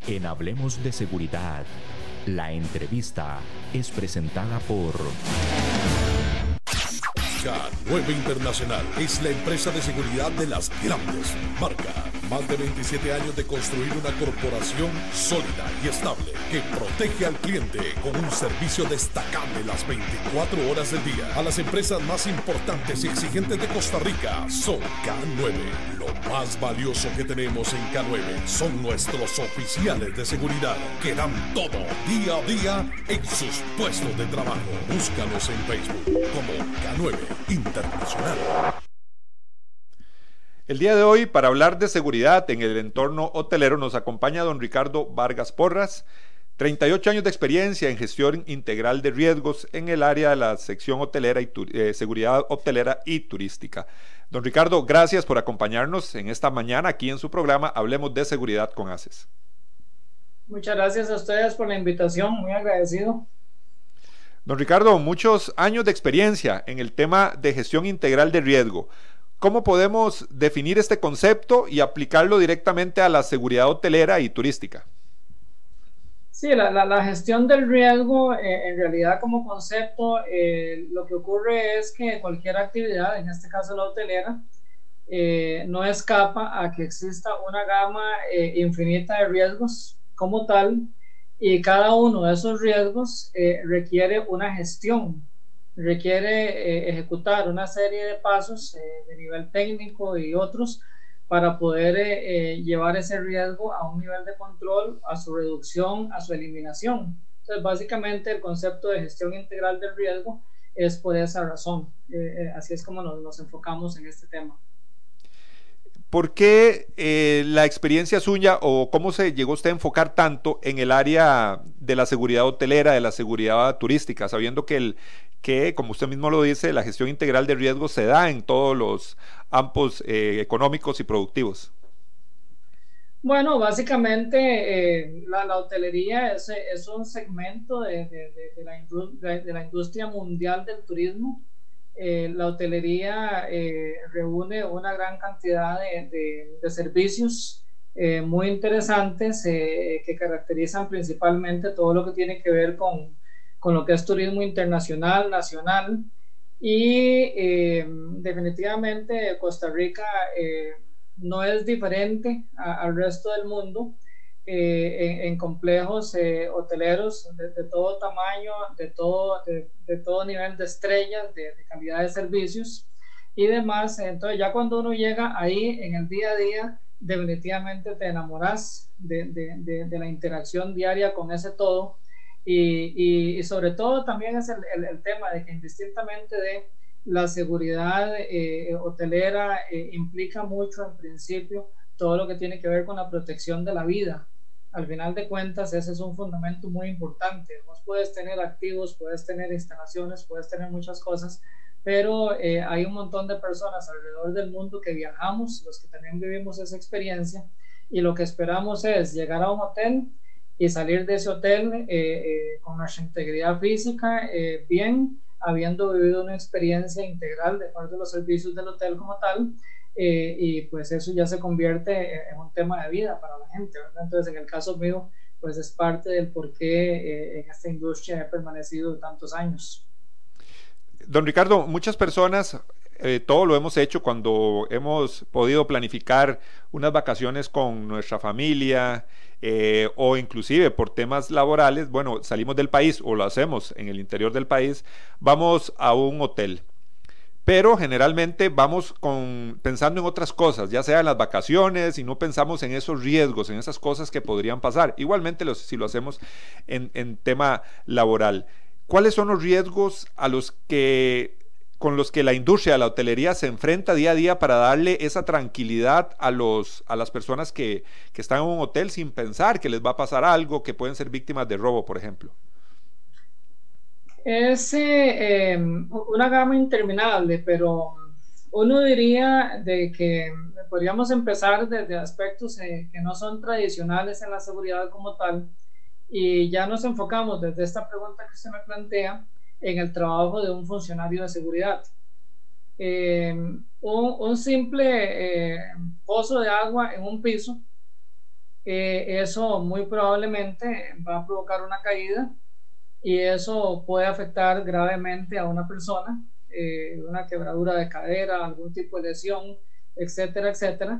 En Hablemos de Seguridad, la entrevista es presentada por K9 Internacional es la empresa de seguridad de las grandes marcas. Más de 27 años de construir una corporación sólida y estable que protege al cliente con un servicio destacable las 24 horas del día. A las empresas más importantes y exigentes de Costa Rica son K9. Lo más valioso que tenemos en K9 son nuestros oficiales de seguridad que dan todo día a día en sus puestos de trabajo. Búscanos en Facebook como K9 Internacional. El día de hoy, para hablar de seguridad en el entorno hotelero, nos acompaña don Ricardo Vargas Porras, 38 años de experiencia en gestión integral de riesgos en el área de la sección hotelera y seguridad hotelera y turística. Don Ricardo, gracias por acompañarnos en esta mañana aquí en su programa Hablemos de Seguridad con ACES. Muchas gracias a ustedes por la invitación, muy agradecido. Don Ricardo, muchos años de experiencia en el tema de gestión integral de riesgo. ¿Cómo podemos definir este concepto y aplicarlo directamente a la seguridad hotelera y turística? Sí, la gestión del riesgo, en realidad como concepto, lo que ocurre es que cualquier actividad, en este caso la hotelera, no escapa a que exista una gama infinita de riesgos como tal, y cada uno de esos riesgos requiere una gestión. Requiere ejecutar una serie de pasos de nivel técnico y otros para poder llevar ese riesgo a un nivel de control, a su reducción, a su eliminación. Entonces, básicamente el concepto de gestión integral del riesgo es por esa razón. Así es como nos enfocamos en este tema. ¿Por qué la experiencia suya o cómo se llegó usted a enfocar tanto en el área de la seguridad hotelera, de la seguridad turística, sabiendo que como usted mismo lo dice, la gestión integral de riesgos se da en todos los ámbitos económicos y productivos? Bueno, básicamente la hotelería es un segmento de la industria mundial del turismo. La hotelería reúne una gran cantidad de servicios muy interesantes que caracterizan principalmente todo lo que tiene que ver con lo que es turismo internacional, nacional, y definitivamente Costa Rica no es diferente al resto del mundo en complejos hoteleros de todo tamaño, de todo nivel de estrellas, de calidad de servicios y demás. Entonces ya cuando uno llega ahí en el día a día, definitivamente te enamoras de la interacción diaria con ese todo. Y sobre todo también es el tema de que indistintamente de la seguridad hotelera implica mucho en principio todo lo que tiene que ver con la protección de la vida. Al final de cuentas ese es un fundamento muy importante. Vos puedes tener activos, puedes tener instalaciones, puedes tener muchas cosas, pero hay un montón de personas alrededor del mundo que viajamos, los que también vivimos esa experiencia, y lo que esperamos es llegar a un hotel y salir de ese hotel con nuestra integridad física bien, habiendo vivido una experiencia integral de parte de los servicios del hotel como tal, y pues eso ya se convierte en un tema de vida para la gente, ¿verdad? Entonces en el caso mío pues es parte del por qué en esta industria he permanecido tantos años. Don Ricardo, muchas personas, todo lo hemos hecho cuando hemos podido planificar unas vacaciones con nuestra familia o inclusive por temas laborales, bueno, salimos del país o lo hacemos en el interior del país, vamos a un hotel. Pero generalmente vamos pensando en otras cosas, ya sea en las vacaciones, y no pensamos en esos riesgos, en esas cosas que podrían pasar. Igualmente si lo hacemos en tema laboral. ¿Cuáles son los riesgos con los que la industria de la hotelería se enfrenta día a día para darle esa tranquilidad a las personas que están en un hotel sin pensar que les va a pasar algo, que pueden ser víctimas de robo, por ejemplo? Es una gama interminable, pero uno diría de que podríamos empezar desde aspectos que no son tradicionales en la seguridad como tal, y ya nos enfocamos desde esta pregunta que usted me plantea en el trabajo de un funcionario de seguridad. Un simple pozo de agua en un piso eso muy probablemente va a provocar una caída y eso puede afectar gravemente a una persona, una quebradura de cadera, algún tipo de lesión, etcétera, etcétera.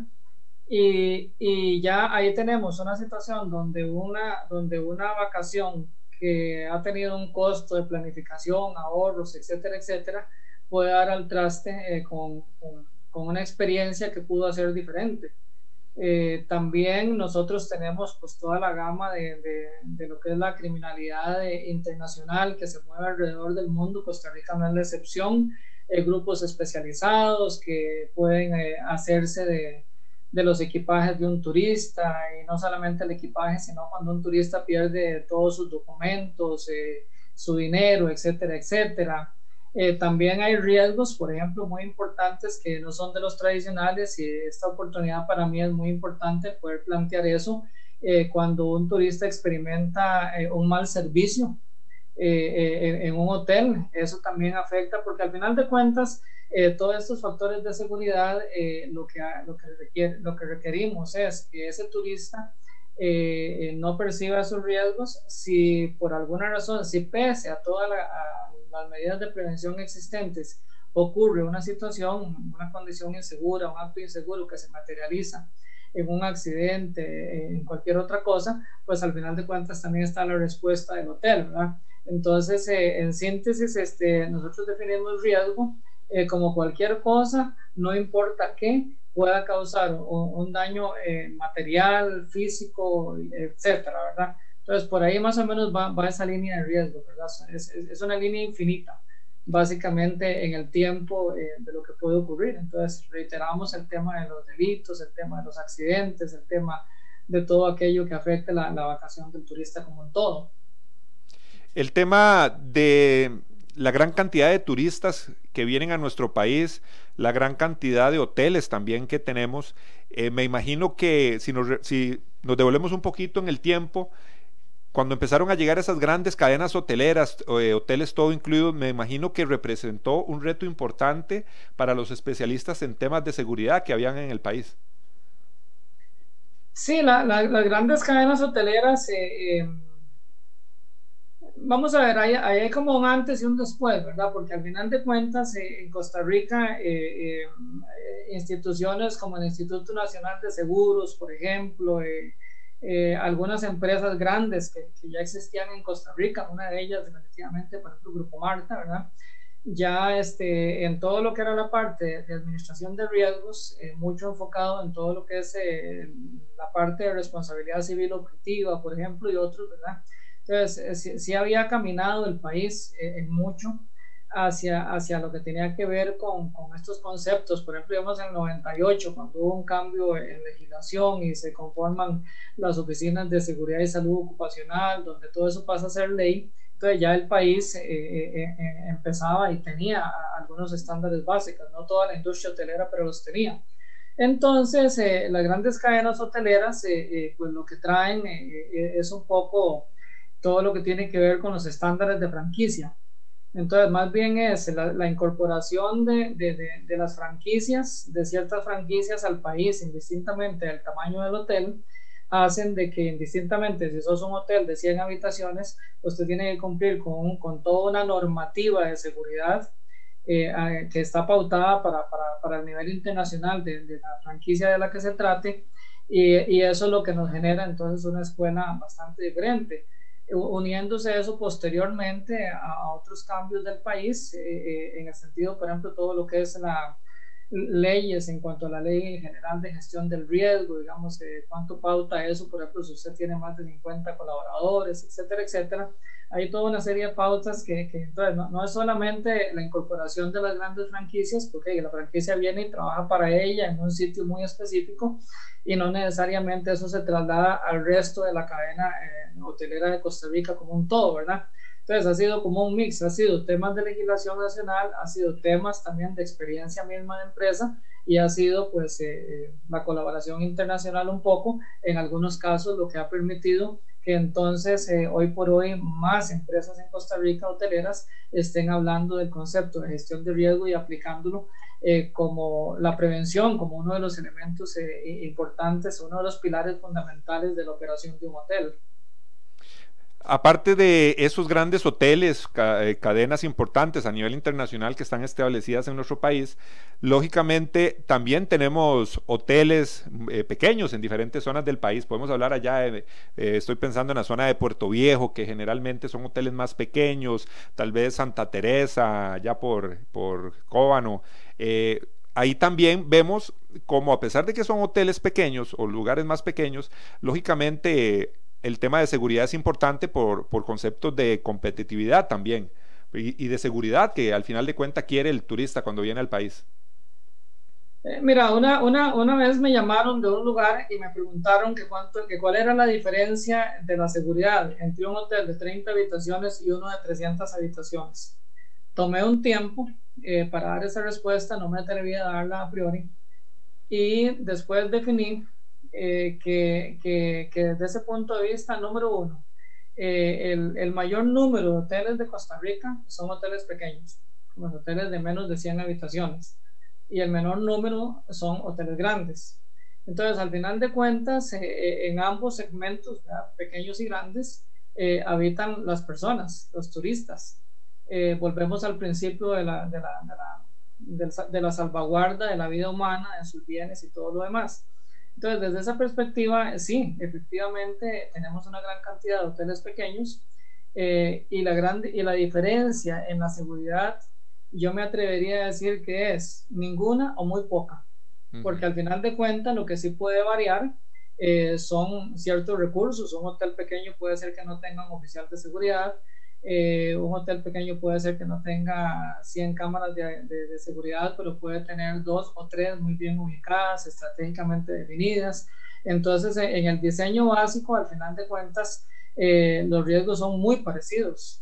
Y ya ahí tenemos una situación donde una vacación que ha tenido un costo de planificación, ahorros, etcétera, etcétera, puede dar al traste con una experiencia que pudo ser diferente. También nosotros tenemos pues toda la gama de lo que es la criminalidad internacional que se mueve alrededor del mundo. Costa Rica no es la excepción. Grupos especializados que pueden hacerse de los equipajes de un turista, y no solamente el equipaje, sino cuando un turista pierde todos sus documentos, su dinero, etcétera, etcétera. También hay riesgos, por ejemplo, muy importantes que no son de los tradicionales, y esta oportunidad para mí es muy importante poder plantear eso. Cuando un turista experimenta un mal servicio en un hotel, eso también afecta, porque al final de cuentas todos estos factores de seguridad, lo que requerimos es que ese turista no perciba esos riesgos. Si por alguna razón, si pese a todas las medidas de prevención existentes, ocurre una situación, una condición insegura, un acto inseguro que se materializa en un accidente, en cualquier otra cosa, pues al final de cuentas también está la respuesta del hotel, ¿verdad? Entonces, en síntesis, nosotros definimos riesgo como cualquier cosa, no importa qué, pueda causar un daño material, físico, etcétera, ¿verdad? Entonces, por ahí más o menos va esa línea de riesgo, ¿verdad? Es una línea infinita, básicamente en el tiempo de lo que puede ocurrir. Entonces, reiteramos el tema de los delitos, el tema de los accidentes, el tema de todo aquello que afecte la vacación del turista como un todo. El tema de la gran cantidad de turistas que vienen a nuestro país, la gran cantidad de hoteles también que tenemos, me imagino que si nos devolvemos un poquito en el tiempo, cuando empezaron a llegar esas grandes cadenas hoteleras, hoteles todo incluido, me imagino que representó un reto importante para los especialistas en temas de seguridad que habían en el país. Sí, las grandes cadenas hoteleras, vamos a ver, hay como un antes y un después, ¿verdad? Porque al final de cuentas, en Costa Rica, instituciones como el Instituto Nacional de Seguros, por ejemplo, algunas empresas grandes que ya existían en Costa Rica, una de ellas definitivamente, por ejemplo, Grupo Marta, ¿verdad? Ya en todo lo que era la parte de administración de riesgos, mucho enfocado en todo lo que es la parte de responsabilidad civil objetiva, por ejemplo, y otros, ¿verdad? Entonces, sí había caminado el país en mucho hacia lo que tenía que ver con estos conceptos. Por ejemplo, digamos en el 98, cuando hubo un cambio en legislación y se conforman las oficinas de seguridad y salud ocupacional, donde todo eso pasa a ser ley. Entonces ya el país empezaba y tenía algunos estándares básicos, no toda la industria hotelera, pero los tenía. Entonces, las grandes cadenas hoteleras, pues lo que traen es un poco todo lo que tiene que ver con los estándares de franquicia. Entonces, más bien es la incorporación de las franquicias, de ciertas franquicias al país, indistintamente del tamaño del hotel, hacen de que indistintamente si sos un hotel de 100 habitaciones, usted tiene que cumplir con toda una normativa de seguridad que está pautada para el nivel internacional de la franquicia de la que se trate, y eso es lo que nos genera entonces una escuela bastante diferente. Uniéndose eso posteriormente a otros cambios del país, en el sentido, por ejemplo, todo lo que es las leyes en cuanto a la ley general de gestión del riesgo, digamos, cuánto pauta eso, por ejemplo, si usted tiene más de 50 colaboradores, etcétera, etcétera. Hay toda una serie de pautas que entonces no es solamente la incorporación de las grandes franquicias, porque la franquicia viene y trabaja para ella en un sitio muy específico, y no necesariamente eso se traslada al resto de la cadena hotelera de Costa Rica como un todo, ¿verdad? Entonces ha sido como un mix, ha sido temas de legislación nacional, ha sido temas también de experiencia misma de empresa, y ha sido pues la colaboración internacional un poco, en algunos casos lo que ha permitido que entonces hoy por hoy más empresas en Costa Rica hoteleras estén hablando del concepto de gestión de riesgo y aplicándolo como la prevención, como uno de los elementos importantes, uno de los pilares fundamentales de la operación de un hotel. Aparte de esos grandes hoteles, cadenas importantes a nivel internacional que están establecidas en nuestro país, lógicamente también tenemos hoteles pequeños en diferentes zonas del país. Podemos hablar allá, estoy pensando en la zona de Puerto Viejo, que generalmente son hoteles más pequeños, tal vez Santa Teresa, allá por Cóbano. Ahí también vemos como, a pesar de que son hoteles pequeños o lugares más pequeños, lógicamente el tema de seguridad es importante por conceptos de competitividad también y de seguridad que al final de cuentas quiere el turista cuando viene al país. Mira, una vez me llamaron de un lugar y me preguntaron que cuál era la diferencia de la seguridad entre un hotel de 30 habitaciones y uno de 300 habitaciones. Tomé un tiempo para dar esa respuesta, no me atreví a darla a priori, y después definí que desde ese punto de vista, número uno, el mayor número de hoteles de Costa Rica son hoteles pequeños, los hoteles de menos de 100 habitaciones, y el menor número son hoteles grandes. Entonces, al final de cuentas, en ambos segmentos, ¿verdad?, pequeños y grandes, habitan las personas, los turistas. Volvemos al principio de la salvaguarda de la vida humana, de sus bienes y todo lo demás. Entonces, desde esa perspectiva, sí, efectivamente tenemos una gran cantidad de hoteles pequeños, y la diferencia en la seguridad, yo me atrevería a decir que es ninguna o muy poca, porque al final de cuentas lo que sí puede variar son ciertos recursos. Un hotel pequeño puede ser que no tenga un oficial de seguridad, un hotel pequeño puede ser que no tenga 100 cámaras de seguridad, pero puede tener 2 o 3 muy bien ubicadas, estratégicamente definidas. Entonces, en el diseño básico, al final de cuentas, los riesgos son muy parecidos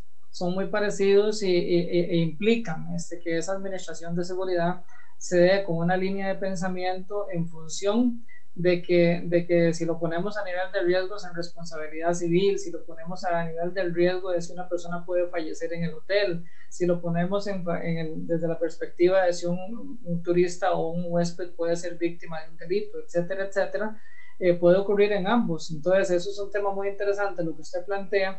e implican que esa administración de seguridad se dé con una línea de pensamiento en función de que si lo ponemos a nivel de riesgos en responsabilidad civil, si lo ponemos a nivel del riesgo de si una persona puede fallecer en el hotel, si lo ponemos desde la perspectiva de si un turista o un huésped puede ser víctima de un delito, etcétera, etcétera, puede ocurrir en ambos. Entonces, eso es un tema muy interesante lo que usted plantea,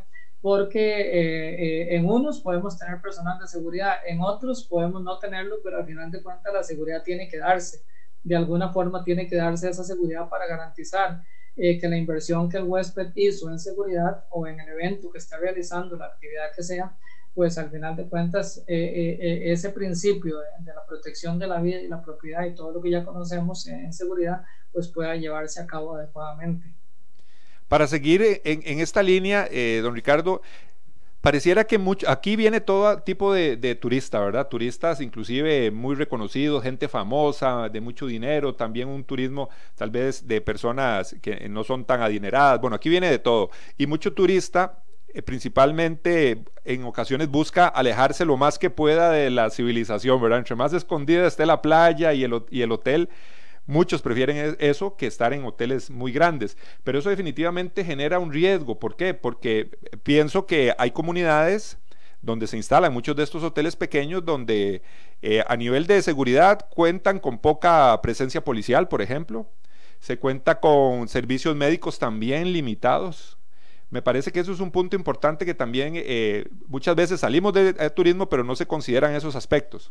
porque en unos podemos tener personal de seguridad, en otros podemos no tenerlo, pero al final de cuentas la seguridad tiene que darse. De alguna forma tiene que darse esa seguridad para garantizar que la inversión que el huésped hizo en seguridad o en el evento que está realizando, la actividad que sea, pues al final de cuentas ese principio de la protección de la vida y la propiedad y todo lo que ya conocemos en seguridad, pues pueda llevarse a cabo adecuadamente. Para seguir en esta línea, don Ricardo, pareciera que aquí viene todo tipo de turista, ¿verdad? Turistas inclusive muy reconocidos, gente famosa, de mucho dinero, también un turismo tal vez de personas que no son tan adineradas. Bueno, aquí viene de todo. Y mucho turista, principalmente en ocasiones busca alejarse lo más que pueda de la civilización, ¿verdad? Entre más escondida esté la playa y el hotel, muchos prefieren eso que estar en hoteles muy grandes, pero eso definitivamente genera un riesgo. ¿Por qué? Porque pienso que hay comunidades donde se instalan muchos de estos hoteles pequeños donde a nivel de seguridad cuentan con poca presencia policial, por ejemplo, se cuenta con servicios médicos también limitados. Me parece que eso es un punto importante que también muchas veces salimos de turismo, pero no se consideran esos aspectos.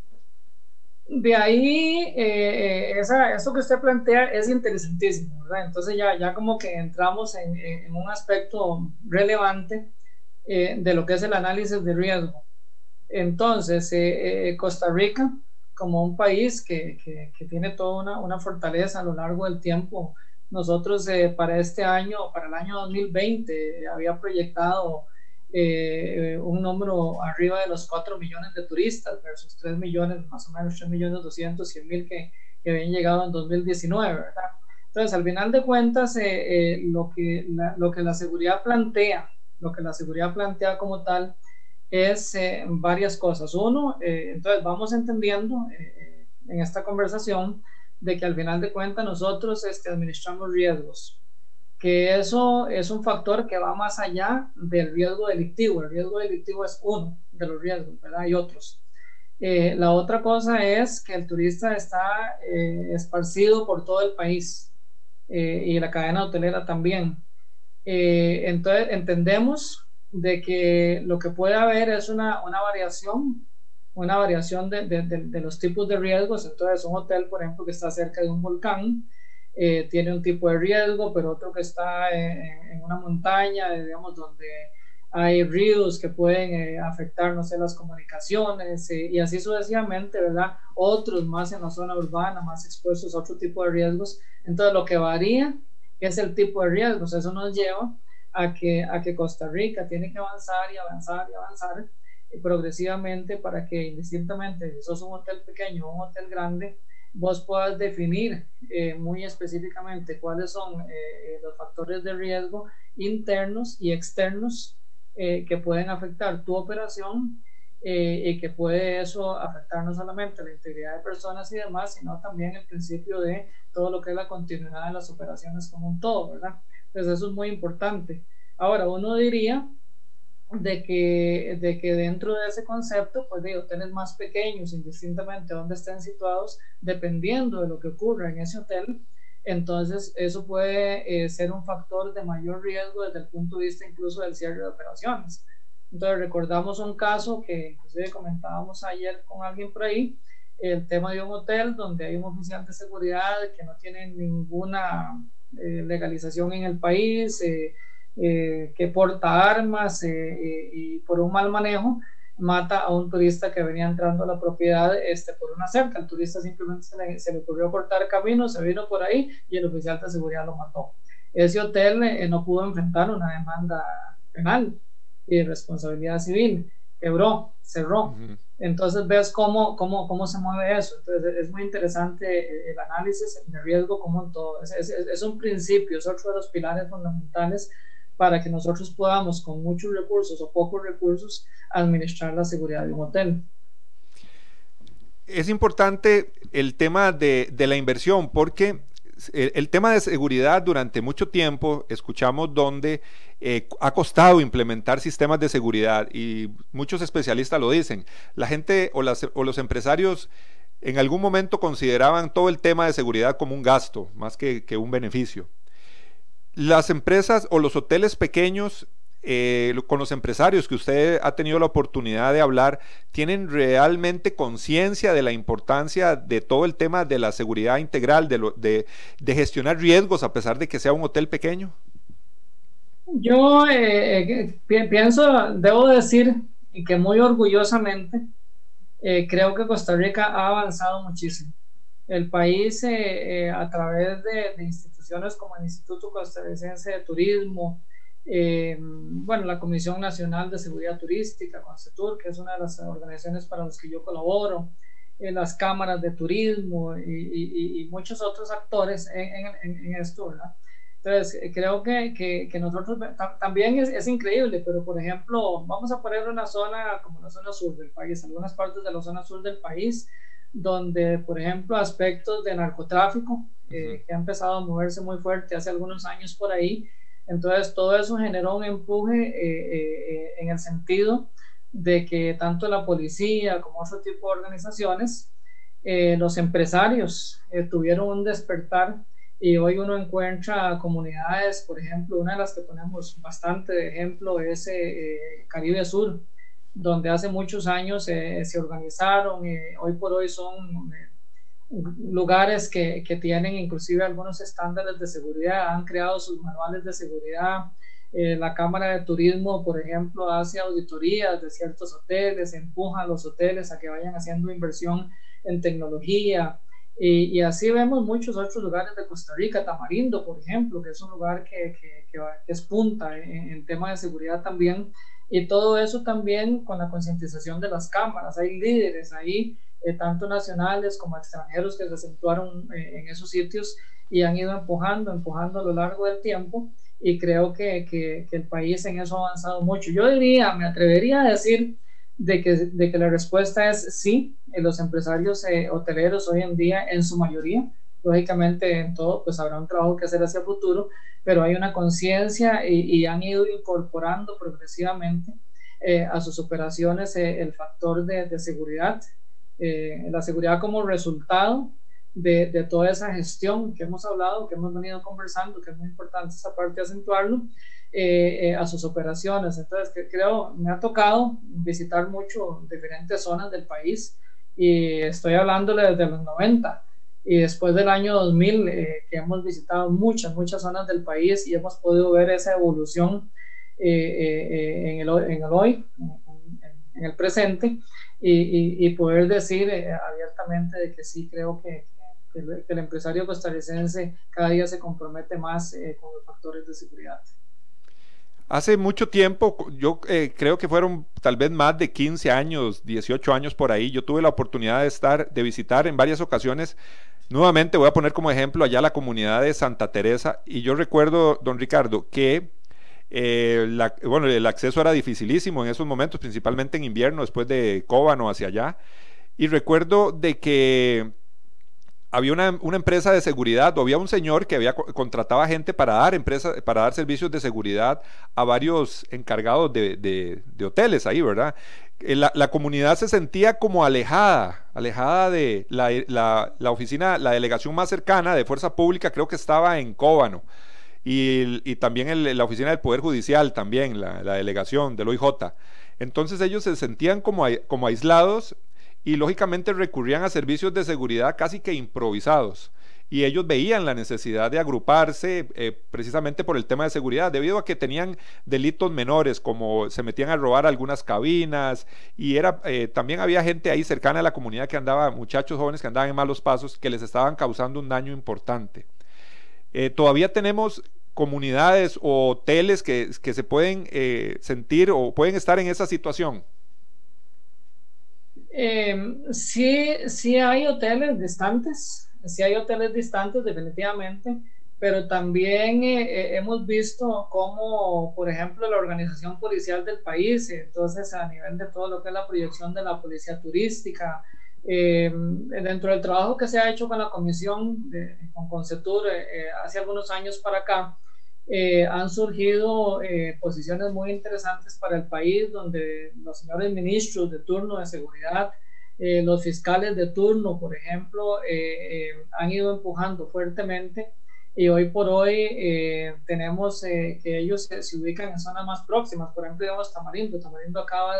De ahí, eso que usted plantea es interesantísimo, ¿verdad? Entonces ya como que entramos en un aspecto relevante de lo que es el análisis de riesgo. Entonces, Costa Rica, como un país que tiene toda una fortaleza a lo largo del tiempo, nosotros para este año, para el año 2020, había proyectado un número arriba de los 4 millones de turistas versus 3 millones, más o menos 3.200.000 que habían llegado en 2019, ¿verdad? Entonces, al final de cuentas, lo que la seguridad plantea, como tal, es varias cosas. Uno, entonces vamos entendiendo en esta conversación de que al final de cuentas nosotros administramos riesgos, que eso es un factor que va más allá del riesgo delictivo. El riesgo delictivo es uno de los riesgos, ¿verdad? Hay otros. La otra cosa es que el turista está esparcido por todo el país, y la cadena hotelera también. Entonces entendemos de que lo que puede haber es una variación de los tipos de riesgos. Entonces un hotel, por ejemplo, que está cerca de un volcán, tiene un tipo de riesgo, pero otro que está en una montaña, digamos, donde hay ríos que pueden afectar, no sé, las comunicaciones, y así sucesivamente, ¿verdad? Otros más en la zona urbana, más expuestos a otro tipo de riesgos. Entonces lo que varía es el tipo de riesgos. Eso nos lleva a que Costa Rica tiene que avanzar y avanzar y avanzar progresivamente para que, indistintamente si sos un hotel pequeño o un hotel grande, vos puedas definir muy específicamente cuáles son los factores de riesgo internos y externos que pueden afectar tu operación, y que puede eso afectar no solamente la integridad de personas y demás, sino también el principio de todo lo que es la continuidad de las operaciones como un todo, ¿verdad? Entonces eso es muy importante. Ahora, uno diría de que dentro de ese concepto, pues de hoteles más pequeños, indistintamente donde estén situados, dependiendo de lo que ocurra en ese hotel, entonces eso puede ser un factor de mayor riesgo desde el punto de vista incluso del cierre de operaciones. Entonces recordamos un caso que inclusive comentábamos ayer con alguien por ahí, el tema de un hotel donde hay un oficial de seguridad que no tiene ninguna legalización en el país, que porta armas, y por un mal manejo mata a un turista que venía entrando a la propiedad por una cerca. El turista simplemente se le ocurrió cortar camino, se vino por ahí y el oficial de seguridad lo mató. Ese hotel no pudo enfrentar una demanda penal y de responsabilidad civil, quebró, cerró. Entonces ves cómo se mueve eso. Entonces es muy interesante el análisis de riesgo como en todo. Es un principio, es otro de los pilares fundamentales para que nosotros podamos, con muchos recursos o pocos recursos, administrar la seguridad de un hotel. Es importante el tema de la inversión, porque el tema de seguridad durante mucho tiempo escuchamos donde ha costado implementar sistemas de seguridad, y muchos especialistas lo dicen. La gente o los empresarios en algún momento consideraban todo el tema de seguridad como un gasto más que un beneficio. Las empresas o los hoteles pequeños, con los empresarios que usted ha tenido la oportunidad de hablar, ¿tienen realmente conciencia de la importancia de todo el tema de la seguridad integral, de gestionar riesgos a pesar de que sea un hotel pequeño? Yo pienso, debo decir que muy orgullosamente, creo que Costa Rica ha avanzado muchísimo. El país, a través de instituciones como el Instituto Costarricense de Turismo, bueno, la Comisión Nacional de Seguridad Turística, CONCETUR, que es una de las organizaciones para las que yo colaboro, las cámaras de turismo y muchos otros actores en esto, ¿verdad? Entonces, creo que nosotros también es increíble, pero por ejemplo, vamos a poner una zona como la zona sur del país, algunas partes de la zona sur del país, donde, por ejemplo, aspectos de narcotráfico, que ha empezado a moverse muy fuerte hace algunos años por ahí. Entonces, todo eso generó un empuje en el sentido de que tanto la policía como otro tipo de organizaciones, los empresarios tuvieron un despertar, y hoy uno encuentra comunidades, por ejemplo, una de las que ponemos bastante de ejemplo es Caribe Sur, donde hace muchos años se organizaron, hoy por hoy son lugares que tienen inclusive algunos estándares de seguridad, han creado sus manuales de seguridad. La Cámara de Turismo, por ejemplo, hace auditorías de ciertos hoteles, empuja a los hoteles a que vayan haciendo inversión en tecnología, y así vemos muchos otros lugares de Costa Rica. Tamarindo, por ejemplo, que es un lugar que es punta en tema de seguridad también, y todo eso también con la concientización de las cámaras. Hay líderes ahí, tanto nacionales como extranjeros, que se acentuaron en esos sitios y han ido empujando a lo largo del tiempo, y creo que el país en eso ha avanzado mucho. Yo diría, me atrevería a decir de que la respuesta es sí. Los empresarios hoteleros hoy en día, en su mayoría, lógicamente en todo, pues habrá un trabajo que hacer hacia futuro, pero hay una conciencia y han ido incorporando progresivamente a sus operaciones el factor de seguridad, la seguridad como resultado de toda esa gestión que hemos hablado, que hemos venido conversando, que es muy importante esa parte de acentuarlo, a sus operaciones. Entonces, creo, me ha tocado visitar mucho diferentes zonas del país, y estoy hablándole desde los 90, y después del año 2000, que hemos visitado muchas zonas del país y hemos podido ver esa evolución en el hoy, en el presente, y poder decir abiertamente de que sí, creo que el empresario costarricense cada día se compromete más con los factores de seguridad. Hace mucho tiempo, yo creo que fueron tal vez más de 15 años, 18 años por ahí, yo tuve la oportunidad de visitar en varias ocasiones. Nuevamente voy a poner como ejemplo allá la comunidad de Santa Teresa, y yo recuerdo, don Ricardo, que bueno, el acceso era dificilísimo en esos momentos, principalmente en invierno, después de Cóbano hacia allá, y recuerdo de que había una empresa de seguridad, o había un señor que contrataba gente para dar servicios de seguridad a varios encargados de hoteles ahí, ¿verdad? La comunidad se sentía como alejada de la oficina, la delegación más cercana de Fuerza Pública, creo que estaba en Cóbano, y también la oficina del Poder Judicial, también la delegación del OIJ. Entonces ellos se sentían como aislados, y lógicamente recurrían a servicios de seguridad casi que improvisados, y ellos veían la necesidad de agruparse precisamente por el tema de seguridad, debido a que tenían delitos menores, como se metían a robar algunas cabinas, y también había gente ahí cercana a la comunidad muchachos jóvenes que andaban en malos pasos, que les estaban causando un daño importante. Todavía tenemos comunidades o hoteles que se pueden sentir o pueden estar en esa situación. Sí hay hoteles distantes, definitivamente, pero también hemos visto cómo, por ejemplo, la organización policial del país, entonces a nivel de todo lo que es la proyección de la policía turística, dentro del trabajo que se ha hecho con la comisión, con Concetur, hace algunos años para acá, han surgido posiciones muy interesantes para el país, donde los señores ministros de turno de seguridad, los fiscales de turno, por ejemplo, han ido empujando fuertemente, y hoy por hoy tenemos que ellos se ubican en zonas más próximas. Por ejemplo, digamos, Tamarindo acaba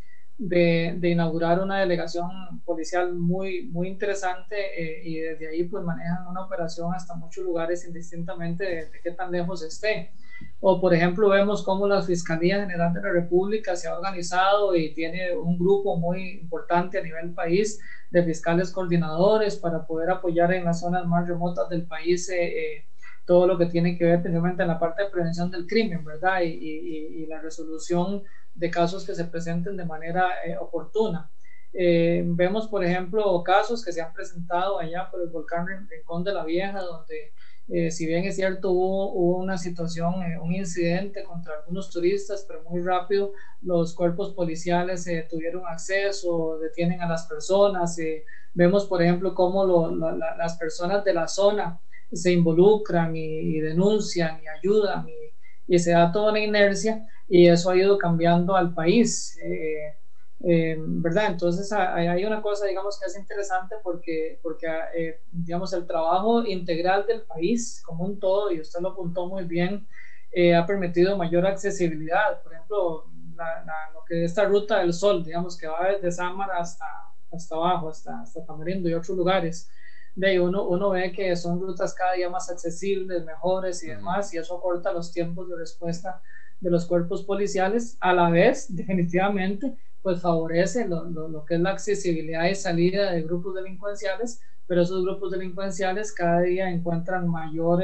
de inaugurar una delegación policial muy interesante, y desde ahí pues manejan una operación hasta muchos lugares indistintamente de qué tan lejos esté. O por ejemplo vemos cómo la Fiscalía General de la República se ha organizado y tiene un grupo muy importante a nivel país de fiscales coordinadores para poder apoyar en las zonas más remotas del país todo lo que tiene que ver principalmente en la parte de prevención del crimen, ¿verdad? Y la resolución de casos que se presenten de manera oportuna. Vemos, por ejemplo, casos que se han presentado allá por el volcán Rincón de la Vieja, donde si bien es cierto hubo una situación, un incidente contra algunos turistas, pero muy rápido los cuerpos policiales tuvieron acceso, detienen a las personas. Vemos, por ejemplo, cómo las personas de la zona se involucran y denuncian y ayudan, y se da toda una inercia, y eso ha ido cambiando al país, ¿verdad? Entonces hay una cosa, digamos, que es interesante porque digamos, el trabajo integral del país como un todo, y usted lo apuntó muy bien, ha permitido mayor accesibilidad. Por ejemplo, lo que es esta ruta del sol, digamos, que va desde Sámara hasta abajo, hasta Tamarindo y otros lugares. Uno ve que son rutas cada día más accesibles, mejores y demás, y eso acorta los tiempos de respuesta de los cuerpos policiales. A la vez, definitivamente, pues favorece lo que es la accesibilidad y salida de grupos delincuenciales, pero esos grupos delincuenciales cada día encuentran mayor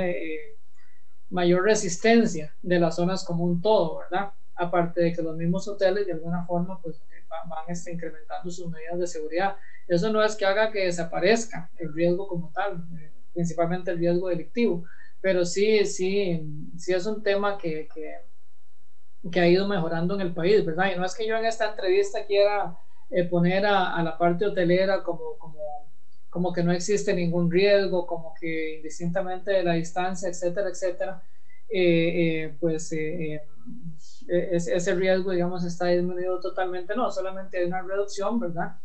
resistencia de las zonas como un todo, ¿verdad? Aparte de que los mismos hoteles de alguna forma pues van incrementando sus medidas de seguridad. Eso no es que haga que desaparezca el riesgo como tal, principalmente el riesgo delictivo, pero sí es un tema que ha ido mejorando en el país, ¿verdad? Y no es que yo en esta entrevista quiera poner a la parte hotelera como que no existe ningún riesgo, como que indistintamente de la distancia, etcétera, etcétera. ese riesgo, digamos, está disminuido totalmente. No, solamente hay una reducción, ¿verdad?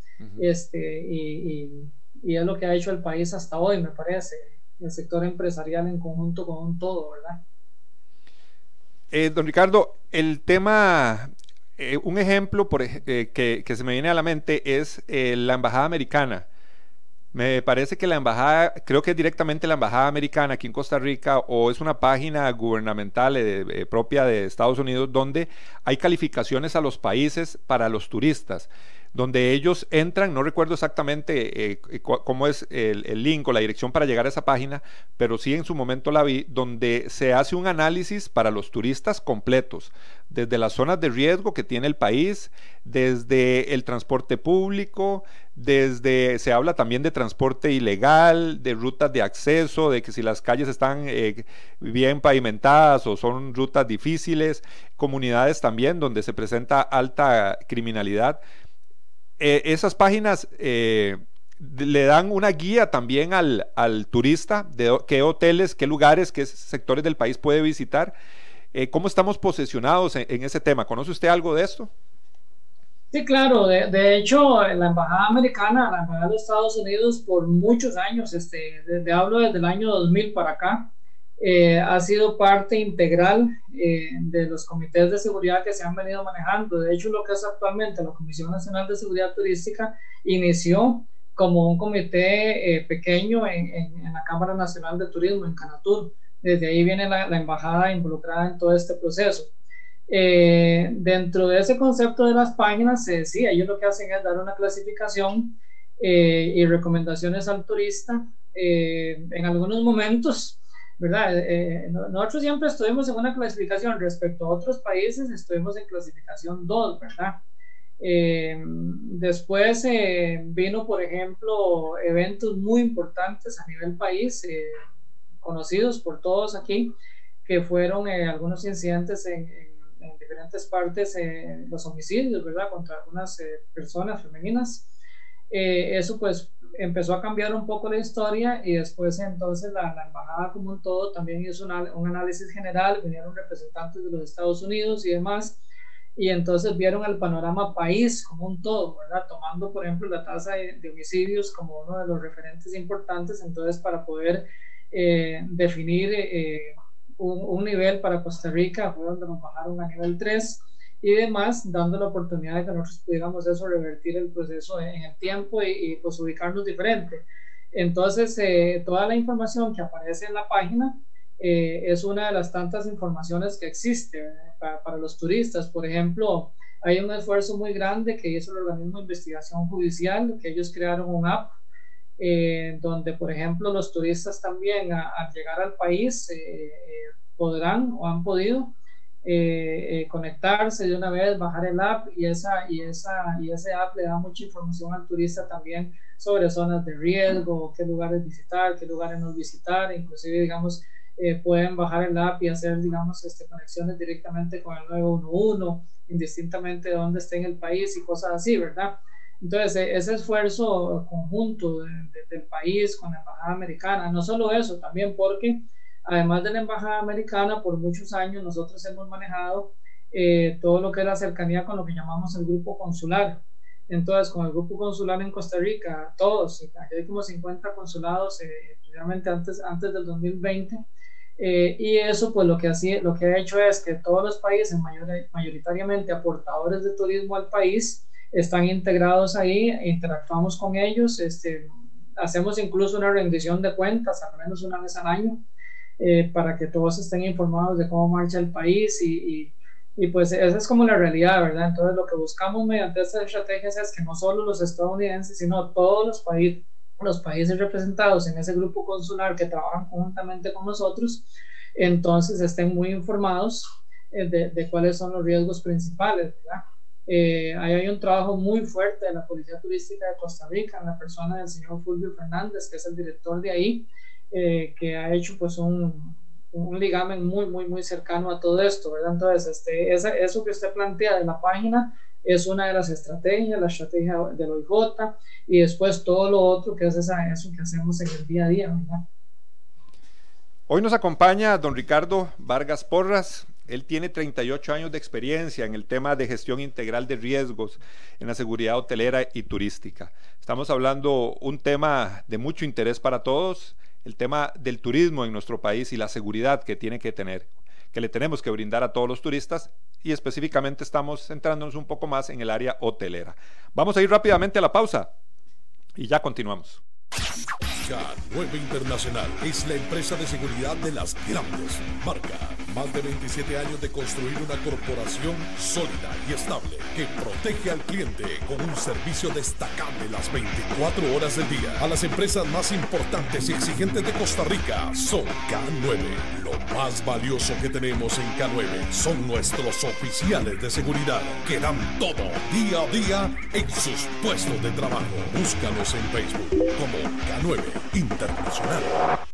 Y es lo que ha hecho el país hasta hoy, me parece, el sector empresarial en conjunto con un todo, ¿verdad? Don Ricardo, el tema, un ejemplo que se me viene a la mente es la embajada americana. Me parece que la embajada, creo que es directamente la embajada americana aquí en Costa Rica o es una página gubernamental propia de Estados Unidos donde hay calificaciones a los países para los turistas, donde ellos entran, no recuerdo exactamente cómo es el link o la dirección para llegar a esa página, pero sí en su momento la vi, donde se hace un análisis para los turistas completos, desde las zonas de riesgo que tiene el país, desde el transporte público, se habla también de transporte ilegal, de rutas de acceso, de que si las calles están bien pavimentadas o son rutas difíciles, comunidades también donde se presenta alta criminalidad. Esas páginas le dan una guía también al turista de qué hoteles, qué lugares, qué sectores del país puede visitar. ¿Cómo estamos posicionados en ese tema? ¿Conoce usted algo de esto? Sí, claro. De hecho, la embajada americana, la embajada de Estados Unidos, por muchos años, hablo desde el año 2000 para acá, ha sido parte integral de los comités de seguridad que se han venido manejando. De hecho, lo que es actualmente la Comisión Nacional de Seguridad Turística inició como un comité pequeño en la Cámara Nacional de Turismo, en Canatur. Desde ahí viene la embajada involucrada en todo este proceso. Dentro de ese concepto de las páginas, sí, ellos lo que hacen es dar una clasificación y recomendaciones al turista en algunos momentos, ¿verdad? Nosotros siempre estuvimos en una clasificación respecto a otros países, estuvimos en clasificación 2, ¿verdad? Después vino, por ejemplo, eventos muy importantes a nivel país, conocidos por todos aquí, que fueron algunos incidentes en diferentes partes, los homicidios, ¿verdad?, contra algunas personas femeninas. Eso pues empezó a cambiar un poco la historia y después entonces la embajada como un todo también hizo un análisis general, vinieron representantes de los Estados Unidos y demás, y entonces vieron el panorama país como un todo, ¿verdad?, tomando por ejemplo la tasa de homicidios como uno de los referentes importantes, entonces para poder definir un nivel para Costa Rica, fue donde nos bajaron a nivel 3 y demás, dando la oportunidad de que nosotros pudiéramos eso, revertir el proceso en el tiempo y pues ubicarnos diferente. Entonces, toda la información que aparece en la página es una de las tantas informaciones que existe para los turistas. Por ejemplo, hay un esfuerzo muy grande que hizo el organismo de investigación judicial, que ellos crearon un app donde, por ejemplo, los turistas también al llegar al país podrán o han podido conectarse de una vez, bajar el app y ese app le da mucha información al turista también sobre zonas de riesgo, qué lugares visitar, qué lugares no visitar, inclusive digamos pueden bajar el app y hacer digamos conexiones directamente con el 911 indistintamente de dónde esté en el país y cosas así, ¿verdad? Entonces, ese esfuerzo conjunto del país con la embajada americana, no solo eso, también porque además de la embajada americana, por muchos años nosotros hemos manejado todo lo que es la cercanía con lo que llamamos el grupo consular. Entonces, con el grupo consular en Costa Rica, todos, aquí hay como 50 consulados, realmente antes del 2020, y eso pues lo que ha hecho es que todos los países mayoritariamente aportadores de turismo al país están integrados ahí, interactuamos con ellos, hacemos incluso una rendición de cuentas al menos una vez al año para que todos estén informados de cómo marcha el país y pues esa es como la realidad, ¿verdad? Entonces lo que buscamos mediante estas estrategias es que no solo los estadounidenses, sino todos los países representados en ese grupo consular que trabajan conjuntamente con nosotros, entonces estén muy informados de cuáles son los riesgos principales, ¿verdad? Ahí hay un trabajo muy fuerte de la Policía Turística de Costa Rica en la persona del señor Fulvio Fernández, que es el director de ahí, que ha hecho pues un ligamen muy cercano a todo esto, ¿verdad? Entonces, eso que usted plantea de la página es una de las estrategias, la estrategia del OIJ, y después todo lo otro que es eso que hacemos en el día a día, ¿verdad? Hoy nos acompaña don Ricardo Vargas Porras. Él tiene 38 años de experiencia en el tema de gestión integral de riesgos en la seguridad hotelera y turística. Estamos hablando un tema de mucho interés para todos, el tema del turismo en nuestro país y la seguridad que tiene que tener, que le tenemos que brindar a todos los turistas, y específicamente estamos centrándonos un poco más en el área hotelera. Vamos a ir rápidamente a la pausa y ya continuamos. K9 Internacional es la empresa de seguridad de las grandes marcas. Más de 27 años de construir una corporación sólida y estable que protege al cliente con un servicio destacable las 24 horas del día. A las empresas más importantes y exigentes de Costa Rica son K9. Lo más valioso que tenemos en K9 son nuestros oficiales de seguridad que dan todo día a día en sus puestos de trabajo. Búscanos en Facebook como K9 Internacional.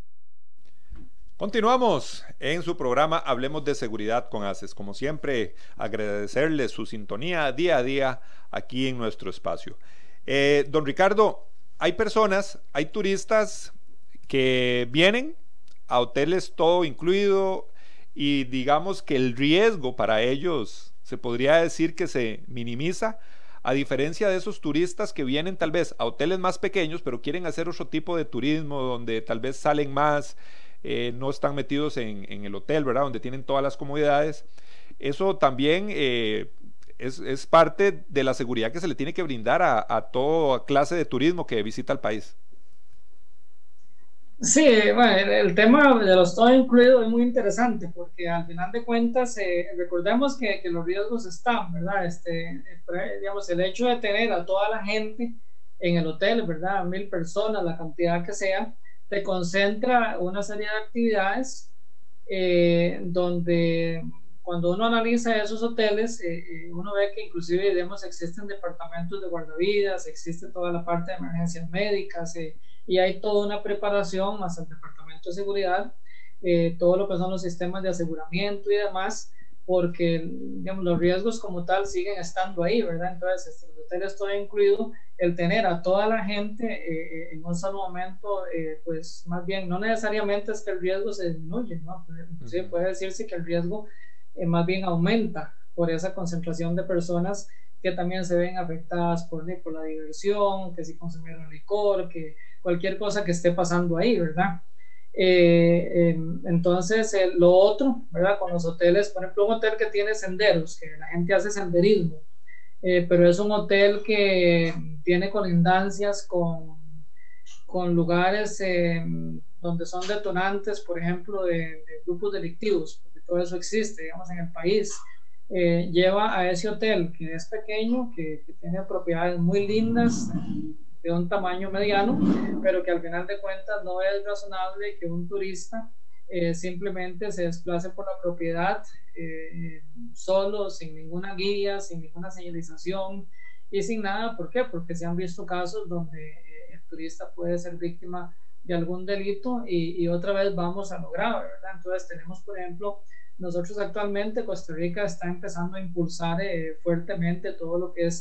Continuamos en su programa Hablemos de Seguridad con ACES. Como siempre, agradecerles su sintonía día a día aquí en nuestro espacio. Don Ricardo, hay personas, hay turistas que vienen a hoteles todo incluido y digamos que el riesgo para ellos se podría decir que se minimiza, a diferencia de esos turistas que vienen tal vez a hoteles más pequeños pero quieren hacer otro tipo de turismo donde tal vez salen más, no están metidos en el hotel, ¿verdad? Donde tienen todas las comodidades. Eso también es parte de la seguridad que se le tiene que brindar a toda clase de turismo que visita el país. Sí, bueno, el tema de los todo incluido es muy interesante porque al final de cuentas recordemos que los riesgos están, ¿verdad? Digamos, el hecho de tener a toda la gente en el hotel, ¿verdad? 1000 personas, la cantidad que sea, te concentra una serie de actividades donde cuando uno analiza esos hoteles, uno ve que inclusive, digamos, existen departamentos de guardavidas, existe toda la parte de emergencias médicas, y hay toda una preparación más el departamento de seguridad, todo lo que son los sistemas de aseguramiento y demás, porque digamos, los riesgos como tal siguen estando ahí, ¿verdad? Entonces, los hoteles todo incluido, el tener a toda la gente en un solo momento, pues más bien, no necesariamente es que el riesgo se disminuye, ¿no? Inclusive puede decirse que el riesgo más bien aumenta por esa concentración de personas que también se ven afectadas por la diversión, que si consumieron licor, que cualquier cosa que esté pasando ahí, ¿verdad? Entonces, lo otro, ¿verdad? Con los hoteles, por ejemplo, un hotel que tiene senderos, que la gente hace senderismo, pero es un hotel que tiene colindancias con lugares donde son detonantes, por ejemplo, de grupos delictivos, porque todo eso existe, digamos, en el país. Lleva a ese hotel que es pequeño, que tiene propiedades muy lindas, de un tamaño mediano, pero que al final de cuentas no es razonable que un turista simplemente se desplace por la propiedad solo, sin ninguna guía, sin ninguna señalización y sin nada. ¿Por qué? Porque se han visto casos donde el turista puede ser víctima de algún delito y otra vez vamos a lo grave, ¿verdad? Entonces tenemos, por ejemplo, nosotros actualmente, Costa Rica está empezando a impulsar fuertemente todo lo que es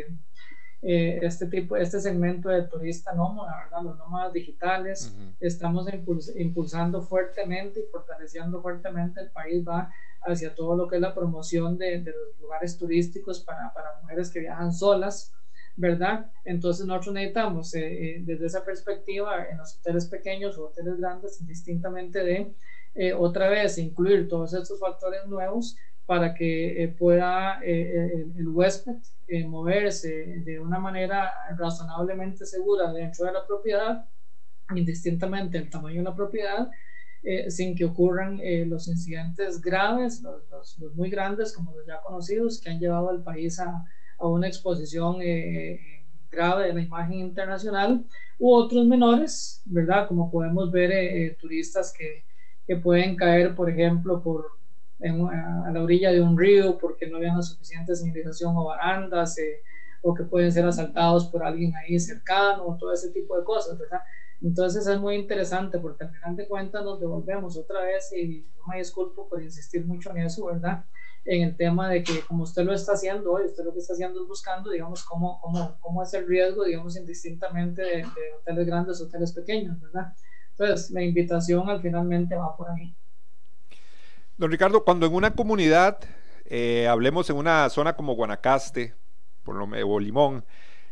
este segmento de turista nómada, ¿verdad? Los nómadas digitales. Estamos impulsando fuertemente y fortaleciendo fuertemente. El país va hacia todo lo que es la promoción de los lugares turísticos para mujeres que viajan solas, ¿verdad? Entonces nosotros necesitamos desde esa perspectiva en los hoteles pequeños o hoteles grandes, indistintamente de otra vez incluir todos estos factores nuevos para que pueda el huésped moverse de una manera razonablemente segura dentro de la propiedad, indistintamente del tamaño de la propiedad, sin que ocurran los incidentes graves, los muy grandes como los ya conocidos, que han llevado al país a una exposición grave de la imagen internacional, u otros menores, ¿verdad? Como podemos ver turistas que pueden caer, por ejemplo, a la orilla de un río porque no había suficiente señalización o barandas, o que pueden ser asaltados por alguien ahí cercano, todo ese tipo de cosas, ¿verdad? Entonces es muy interesante porque al final de cuentas nos devolvemos otra vez, y no me disculpo por insistir mucho en eso, ¿verdad? En el tema de que como usted lo está haciendo hoy, usted lo que está haciendo es buscando, digamos, cómo es el riesgo, digamos, indistintamente de hoteles grandes, hoteles pequeños, ¿verdad? Entonces, la invitación al finalmente va por ahí. Don Ricardo, cuando en una comunidad, hablemos en una zona como Guanacaste o Limón,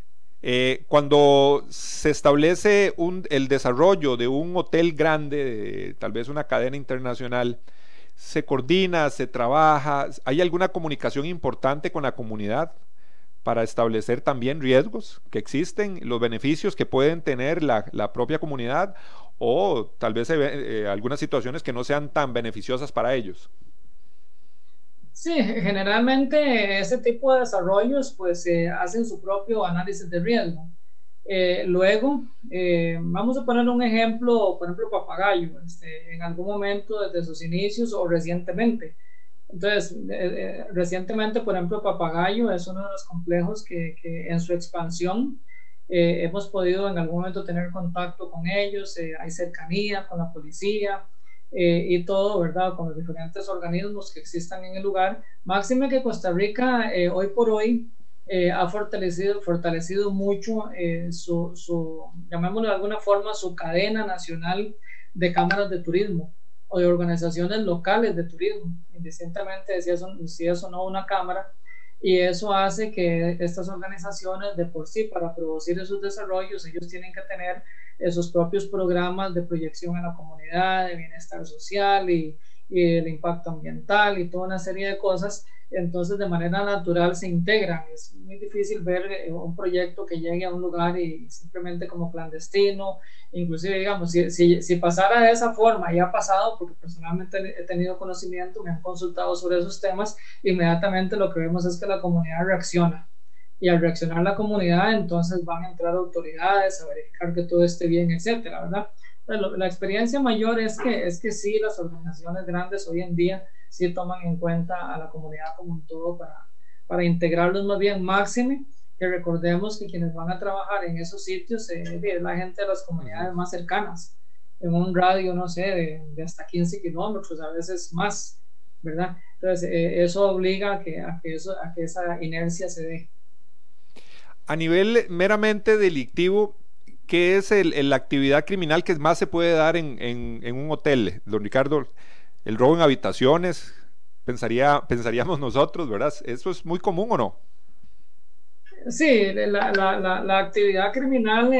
cuando se establece el desarrollo de un hotel grande, tal vez una cadena internacional, se coordina, se trabaja, ¿hay alguna comunicación importante con la comunidad para establecer también riesgos que existen, los beneficios que pueden tener la propia comunidad o tal vez algunas situaciones que no sean tan beneficiosas para ellos? Sí, generalmente ese tipo de desarrollos pues hacen su propio análisis de riesgo. Luego, vamos a poner un ejemplo, por ejemplo, Papagayo, en algún momento desde sus inicios o recientemente. Entonces, recientemente, por ejemplo, Papagayo es uno de los complejos que en su expansión hemos podido en algún momento tener contacto con ellos, hay cercanía con la policía y todo, ¿verdad? Con los diferentes organismos que existan en el lugar. Máxime que Costa Rica hoy por hoy ha fortalecido mucho llamémoslo de alguna forma, su cadena nacional de cámaras de turismo o de organizaciones locales de turismo, indistintamente si es o no una cámara, y eso hace que estas organizaciones de por sí, para producir esos desarrollos, ellos tienen que tener esos propios programas de proyección en la comunidad, de bienestar social y el impacto ambiental y toda una serie de cosas. Entonces de manera natural se integran. Es muy difícil ver un proyecto que llegue a un lugar y simplemente como clandestino, inclusive digamos, si pasara de esa forma, y ha pasado porque personalmente he tenido conocimiento, me han consultado sobre esos temas, inmediatamente lo que vemos es que la comunidad reacciona, y al reaccionar la comunidad entonces van a entrar autoridades a verificar que todo esté bien, etcétera, ¿verdad? La experiencia mayor es que sí, las organizaciones grandes hoy en día sí toman en cuenta a la comunidad como un todo para integrarlos más bien. Máxime que recordemos que quienes van a trabajar en esos sitios es la gente de las comunidades más cercanas, en un radio, no sé, de hasta 15 kilómetros, a veces más, ¿verdad? Entonces, eso obliga a que esa inercia se dé. A nivel meramente delictivo, ¿qué es la actividad criminal que más se puede dar en un hotel, don Ricardo? El robo en habitaciones, pensaríamos nosotros, ¿verdad? ¿Eso es muy común o no? Sí, la actividad criminal,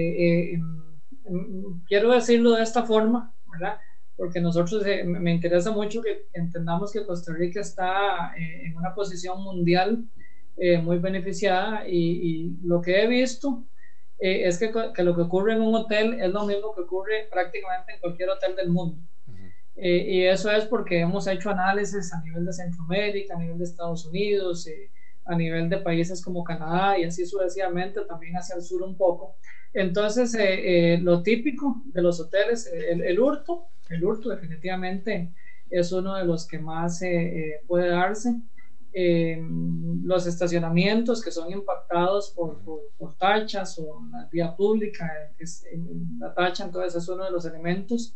quiero decirlo de esta forma, ¿verdad? Porque nosotros, me interesa mucho que entendamos que Costa Rica está en una posición mundial muy beneficiada, y lo que he visto es que lo que ocurre en un hotel es lo mismo que ocurre prácticamente en cualquier hotel del mundo. Y eso es porque hemos hecho análisis a nivel de Centroamérica, a nivel de Estados Unidos, a nivel de países como Canadá y así sucesivamente, también hacia el sur un poco. Entonces, lo típico de los hoteles, el hurto definitivamente es uno de los que más puede darse. Los estacionamientos que son impactados por tachas o la vía pública, que es la tacha, entonces es uno de los elementos.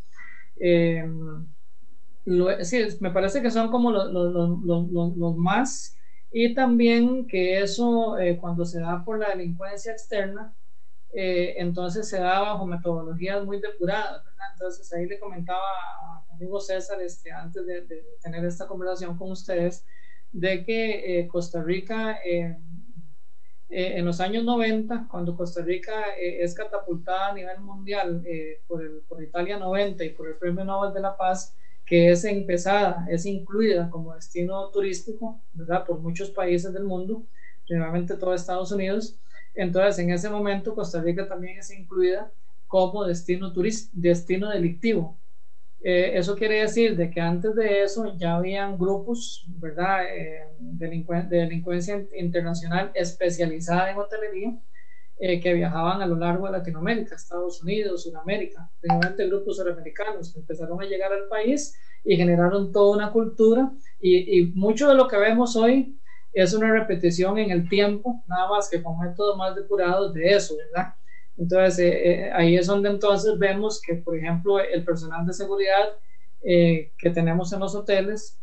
Sí, me parece que son como los más, y también que eso cuando se da por la delincuencia externa, entonces se da bajo metodologías muy depuradas, ¿verdad? Entonces ahí le comentaba a mi amigo César antes de tener esta conversación con ustedes, de que Costa Rica en los años 90, cuando Costa Rica es catapultada a nivel mundial por Italia 90 y por el Premio Nobel de la Paz, que es incluida como destino turístico, ¿verdad? Por muchos países del mundo, generalmente todo Estados Unidos. Entonces, en ese momento, Costa Rica también es incluida como destino delictivo. Eso quiere decir de que antes de eso ya habían grupos, ¿verdad? De delincuencia internacional especializada en hotelería, que viajaban a lo largo de Latinoamérica, Estados Unidos, Sudamérica, principalmente grupos suramericanos que empezaron a llegar al país y generaron toda una cultura, y mucho de lo que vemos hoy es una repetición en el tiempo, nada más que con métodos más depurados de eso, ¿verdad? Entonces, ahí es donde entonces vemos que, por ejemplo, el personal de seguridad que tenemos en los hoteles,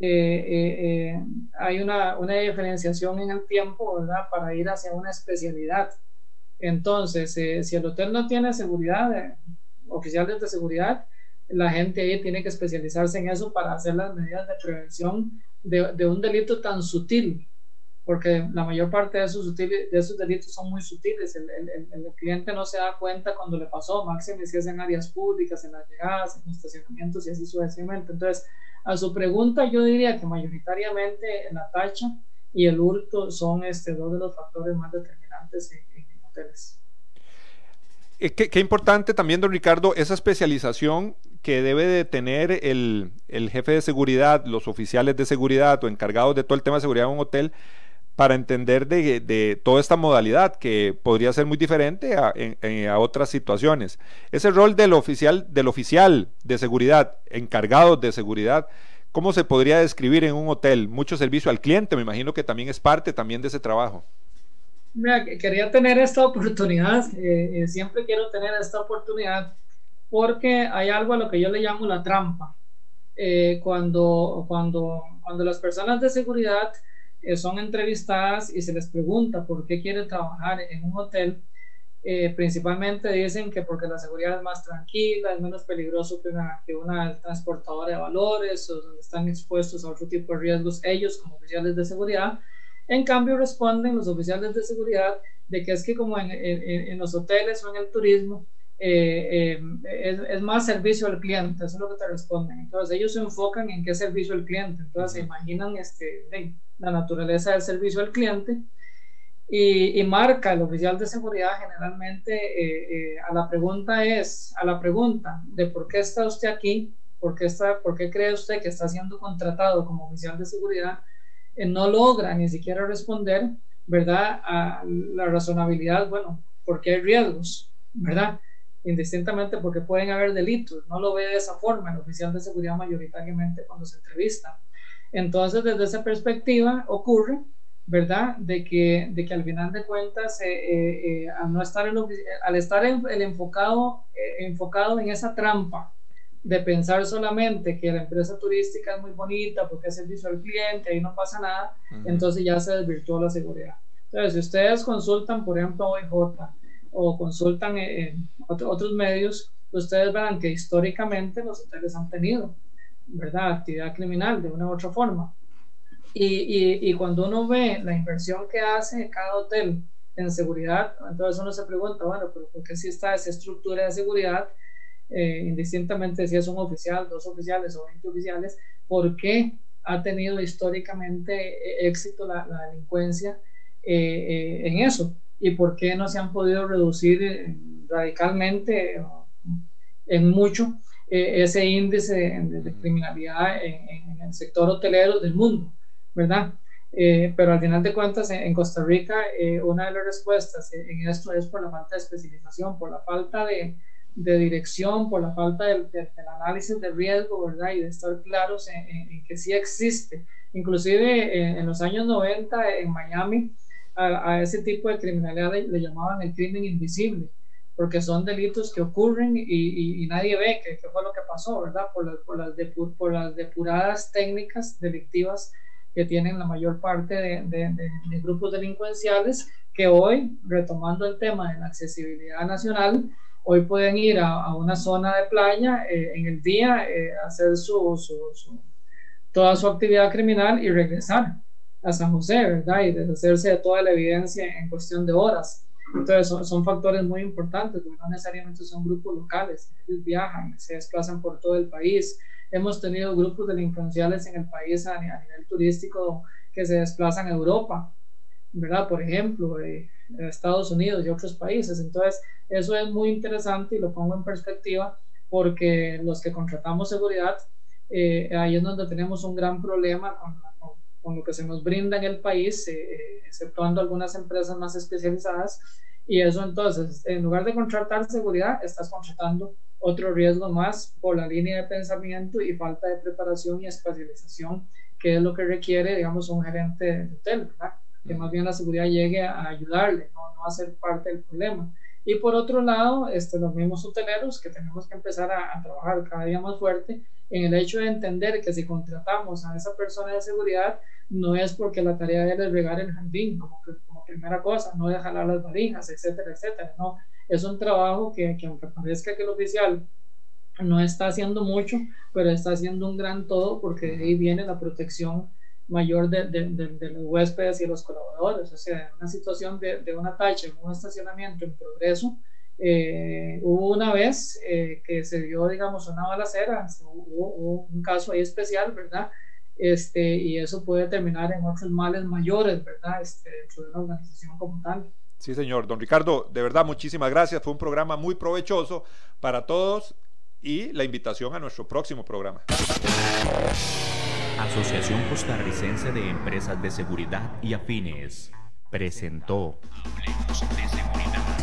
hay una diferenciación en el tiempo, ¿verdad? Para ir hacia una especialidad. Entonces, si el hotel no tiene seguridad, oficiales de seguridad, la gente ahí tiene que especializarse en eso para hacer las medidas de prevención de un delito tan sutil, porque la mayor parte de esos delitos son muy sutiles. El cliente no se da cuenta cuando le pasó, máximo si es en áreas públicas, en las llegadas, en estacionamientos y así sucesivamente. Entonces, a su pregunta, yo diría que mayoritariamente la tacha y el hurto son dos de los factores más determinantes en hoteles. Qué importante también, don Ricardo, esa especialización que debe de tener el jefe de seguridad, los oficiales de seguridad o encargados de todo el tema de seguridad en un hotel, para entender de toda esta modalidad que podría ser muy diferente a otras situaciones. Ese rol del oficial de seguridad, encargado de seguridad, ¿cómo se podría describir en un hotel? Mucho servicio al cliente, me imagino que también es parte también de ese trabajo. Mira, quería tener esta oportunidad, siempre quiero tener esta oportunidad, porque hay algo a lo que yo le llamo la trampa. Cuando las personas de seguridad son entrevistadas y se les pregunta por qué quieren trabajar en un hotel, principalmente dicen que porque la seguridad es más tranquila, es menos peligroso que una transportadora de valores, o donde están expuestos a otro tipo de riesgos ellos como oficiales de seguridad. En cambio responden los oficiales de seguridad de que es que como en los hoteles o en el turismo es más servicio al cliente, eso es lo que te responden. Entonces ellos se enfocan en qué servicio al cliente, entonces se imaginan la naturaleza del servicio al cliente y marca el oficial de seguridad generalmente a la pregunta de por qué está usted aquí, por qué cree usted que está siendo contratado como oficial de seguridad, no logra ni siquiera responder, ¿verdad?, a la razonabilidad, bueno, porque hay riesgos, ¿verdad?, indistintamente porque pueden haber delitos, no lo ve de esa forma el oficial de seguridad mayoritariamente cuando se entrevista. Entonces, desde esa perspectiva ocurre, ¿verdad?, de que al final de cuentas, al estar enfocado en esa trampa de pensar solamente que la empresa turística es muy bonita porque es servicio al cliente, ahí no pasa nada, entonces ya se desvirtuó la seguridad. Entonces, si ustedes consultan, por ejemplo, OIJ o consultan otros medios, ustedes verán que históricamente los hoteles han tenido, ¿verdad?, actividad criminal de una u otra forma. Y cuando uno ve la inversión que hace cada hotel en seguridad, entonces uno se pregunta, bueno, pero ¿por qué si está esa estructura de seguridad? Indistintamente si es un oficial, 2 oficiales o 20 oficiales, ¿por qué ha tenido históricamente éxito la delincuencia en eso? ¿Y por qué no se han podido reducir radicalmente en mucho ese índice de criminalidad en el sector hotelero del mundo, ¿verdad? Pero al final de cuentas en Costa Rica una de las respuestas en esto es por la falta de especialización, por la falta de dirección, por la falta del análisis de riesgo, ¿verdad?, y de estar claros en que sí existe. Inclusive en los años 90 en Miami a ese tipo de criminalidad le llamaban el crimen invisible, porque son delitos que ocurren y nadie ve qué fue lo que pasó, ¿verdad?, por las depuradas técnicas delictivas que tienen la mayor parte de grupos delincuenciales, que hoy, retomando el tema de la accesibilidad nacional, hoy pueden ir a una zona de playa en el día, hacer toda su actividad criminal y regresar a San José, ¿verdad?, y deshacerse de toda la evidencia en cuestión de horas. Entonces son factores muy importantes, porque no necesariamente son grupos locales, ellos viajan, se desplazan por todo el país. Hemos tenido grupos delincuenciales en el país a nivel turístico que se desplazan a Europa, ¿verdad?, por ejemplo, Estados Unidos y otros países. Entonces eso es muy interesante y lo pongo en perspectiva, porque los que contratamos seguridad, ahí es donde tenemos un gran problema con lo que se nos brinda en el país, exceptuando algunas empresas más especializadas, y eso entonces, en lugar de contratar seguridad, estás contratando otro riesgo más por la línea de pensamiento y falta de preparación y especialización, que es lo que requiere, digamos, un gerente de hotel, ¿verdad?, que más bien la seguridad llegue a ayudarle, no a ser parte del problema. Y por otro lado, los mismos hoteleros, que tenemos que empezar a trabajar cada día más fuerte en el hecho de entender que si contratamos a esa persona de seguridad, no es porque la tarea de él es regar el jardín como primera cosa, no de jalar las valijas, etcétera, etcétera, no, es un trabajo que aunque parezca que el oficial no está haciendo mucho, pero está haciendo un gran todo, porque de ahí viene la protección mayor de los huéspedes y los colaboradores. O sea, una situación de una tacha en un estacionamiento en Progreso, hubo una vez que se dio, digamos, una balacera, hubo un caso ahí especial, ¿verdad? Y eso puede terminar en otros males mayores, ¿verdad? Dentro de una organización como tal. Sí, señor. Don Ricardo, de verdad, muchísimas gracias. Fue un programa muy provechoso para todos y la invitación a nuestro próximo programa. Asociación Costarricense de Empresas de Seguridad y Afines presentó Hablemos de Seguridad.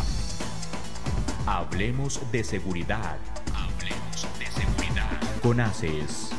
Hablemos de Seguridad. Hablemos de Seguridad. Con ACES.